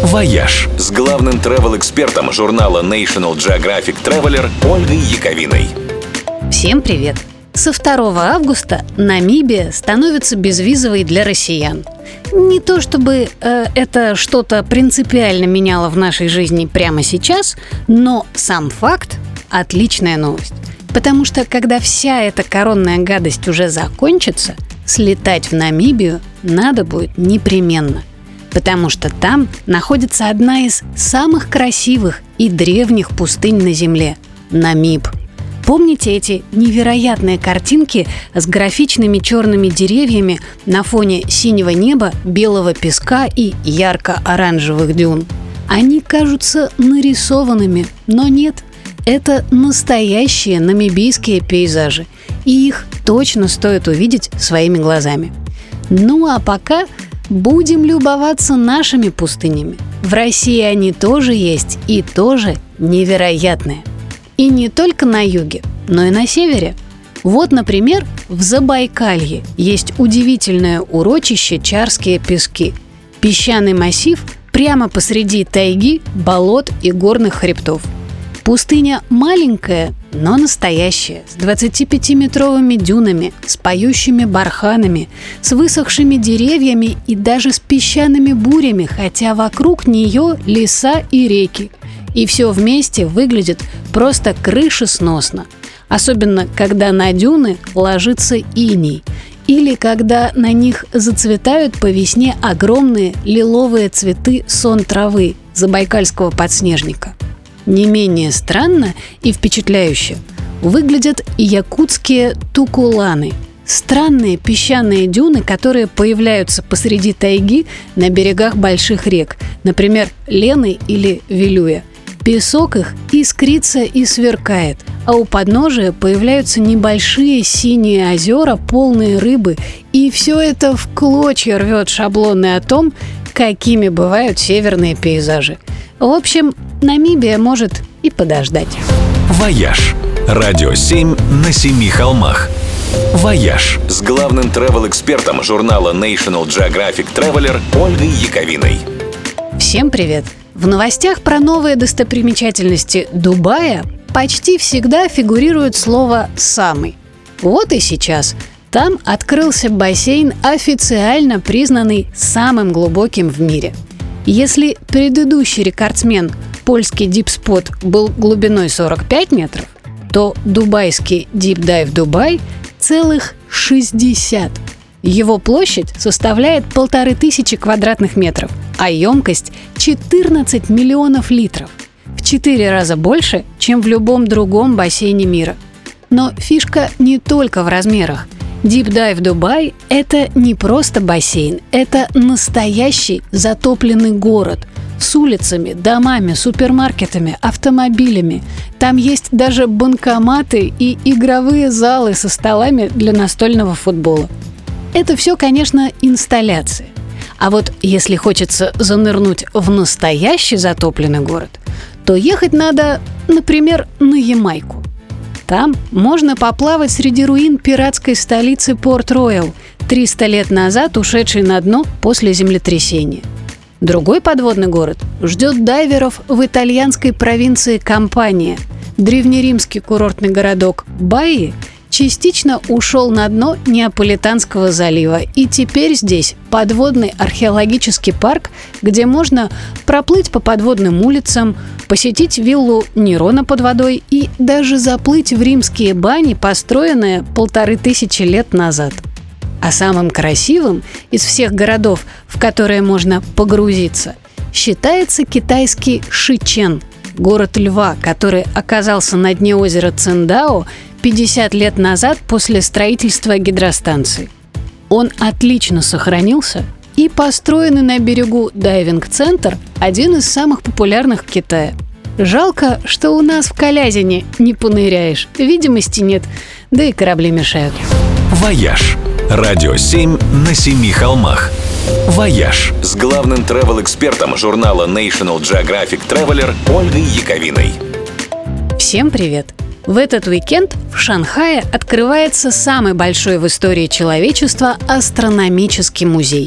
«Вояж» с главным travel-экспертом журнала National Geographic Traveler Ольгой Яковиной. Всем привет! Со 2 августа Намибия становится безвизовой для россиян. Не то чтобы это что-то принципиально меняло в нашей жизни прямо сейчас, но сам факт – отличная новость. Потому что когда вся эта коронная гадость уже закончится, слетать в Намибию надо будет непременно. Потому что там находится одна из самых красивых и древних пустынь на Земле – Намиб. Помните эти невероятные картинки с графичными черными деревьями на фоне синего неба, белого песка и ярко-оранжевых дюн? Они кажутся нарисованными, но нет. Это настоящие намибийские пейзажи, и их точно стоит увидеть своими глазами. Ну а пока будем любоваться нашими пустынями. В России они тоже есть и тоже невероятные. И не только на юге, но и на севере. Вот, например, в Забайкалье есть удивительное урочище Чарские пески. Песчаный массив прямо посреди тайги, болот и горных хребтов. Пустыня маленькая, но настоящая, с 25-метровыми дюнами, с поющими барханами, с высохшими деревьями и даже с песчаными бурями, хотя вокруг нее леса и реки. И все вместе выглядит просто крышесносно. Особенно, когда на дюны ложится иней. Или когда на них зацветают по весне огромные лиловые цветы сон травы забайкальского подснежника. Не менее странно и впечатляюще выглядят якутские тукуланы. Странные песчаные дюны, которые появляются посреди тайги на берегах больших рек, например, Лены или Вилюя. Песок их искрится и сверкает, а у подножия появляются небольшие синие озера, полные рыбы, и все это в клочья рвет шаблоны о том, какими бывают северные пейзажи. В общем, Намибия может и подождать. «Вояж» – радио 7 на 7 холмах. «Вояж» с главным travel-экспертом журнала National Geographic Traveler Ольгой Яковиной. Всем привет! В новостях про новые достопримечательности Дубая почти всегда фигурирует слово «самый». Вот и сейчас. Там открылся бассейн, официально признанный самым глубоким в мире. Если предыдущий рекордсмен, польский дипспот, был глубиной 45 метров, то дубайский Deep Dive Dubai целых 60. Его площадь составляет 1500 квадратных метров, а емкость 14 миллионов литров. В 4 раза больше, чем в любом другом бассейне мира. Но фишка не только в размерах. Deep Dive Dubai – это не просто бассейн, это настоящий затопленный город с улицами, домами, супермаркетами, автомобилями. Там есть даже банкоматы и игровые залы со столами для настольного футбола. Это все, конечно, инсталляции. А вот если хочется занырнуть в настоящий затопленный город, то ехать надо, например, на Ямайку. Там можно поплавать среди руин пиратской столицы Порт-Роял, 300 лет назад ушедшей на дно после землетрясения. Другой подводный город ждет дайверов в итальянской провинции Кампания. Древнеримский курортный городок Баи частично ушел на дно Неаполитанского залива, и теперь здесь подводный археологический парк, где можно проплыть по подводным улицам, посетить виллу Нерона под водой и даже заплыть в римские бани, построенные 1500 лет назад. А самым красивым из всех городов, в которые можно погрузиться, считается китайский Шичен, город льва, который оказался на дне озера Циндао 50 лет назад после строительства гидростанции. Он отлично сохранился, и построенный на берегу дайвинг-центр – один из самых популярных в Китае. Жалко, что у нас в Калязине не поныряешь, видимости нет, да и корабли мешают. «Вояж» – радио 7 на 7 холмах. «Вояж» с главным travel-экспертом журнала National Geographic Traveler Ольгой Яковиной. Всем привет! В этот уикенд в Шанхае открывается самый большой в истории человечества астрономический музей.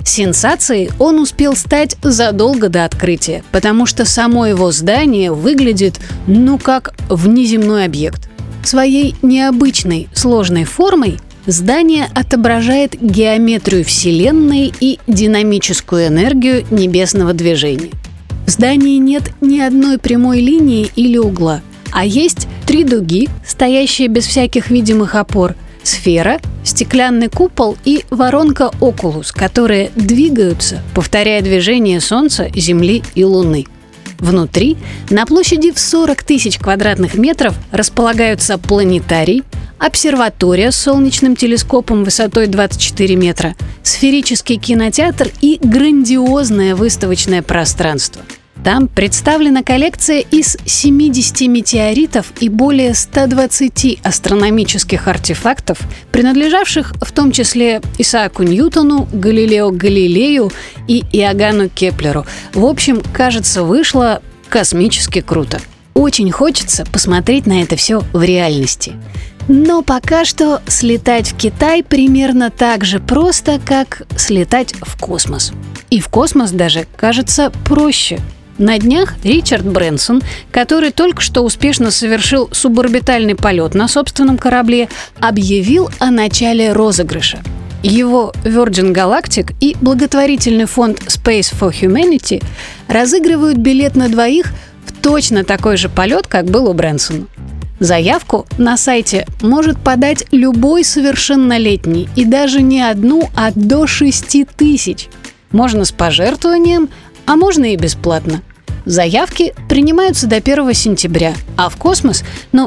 Сенсацией он успел стать задолго до открытия, потому что само его здание выглядит, как внеземной объект. Своей необычной, сложной формой здание отображает геометрию Вселенной и динамическую энергию небесного движения. В здании нет ни одной прямой линии или угла, а есть 3 дуги, стоящие без всяких видимых опор, сфера, стеклянный купол и воронка Окулус, которые двигаются, повторяя движение Солнца, Земли и Луны. Внутри, на площади в 40 тысяч квадратных метров, располагаются планетарий, обсерватория с солнечным телескопом высотой 24 метра, сферический кинотеатр и грандиозное выставочное пространство. Там представлена коллекция из 70 метеоритов и более 120 астрономических артефактов, принадлежавших в том числе Исааку Ньютону, Галилео Галилею и Иоганну Кеплеру. В общем, кажется, вышло космически круто. Очень хочется посмотреть на это все в реальности. Но пока что слетать в Китай примерно так же просто, как слетать в космос. И в космос даже кажется проще. На днях Ричард Брэнсон, который только что успешно совершил суборбитальный полет на собственном корабле, объявил о начале розыгрыша. Его Virgin Galactic и благотворительный фонд Space for Humanity разыгрывают билет на 2 в точно такой же полет, как был у Брэнсона. Заявку на сайте может подать любой совершеннолетний, и даже не 1, а до 6 тысяч. Можно с пожертвованием, а можно и бесплатно. Заявки принимаются до 1 сентября, а в космос,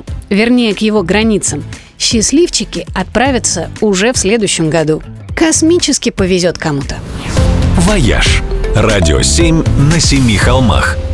к его границам, счастливчики отправятся уже в следующем году. Космически повезет кому-то. «Вояж» – радио 7 на 7 холмах.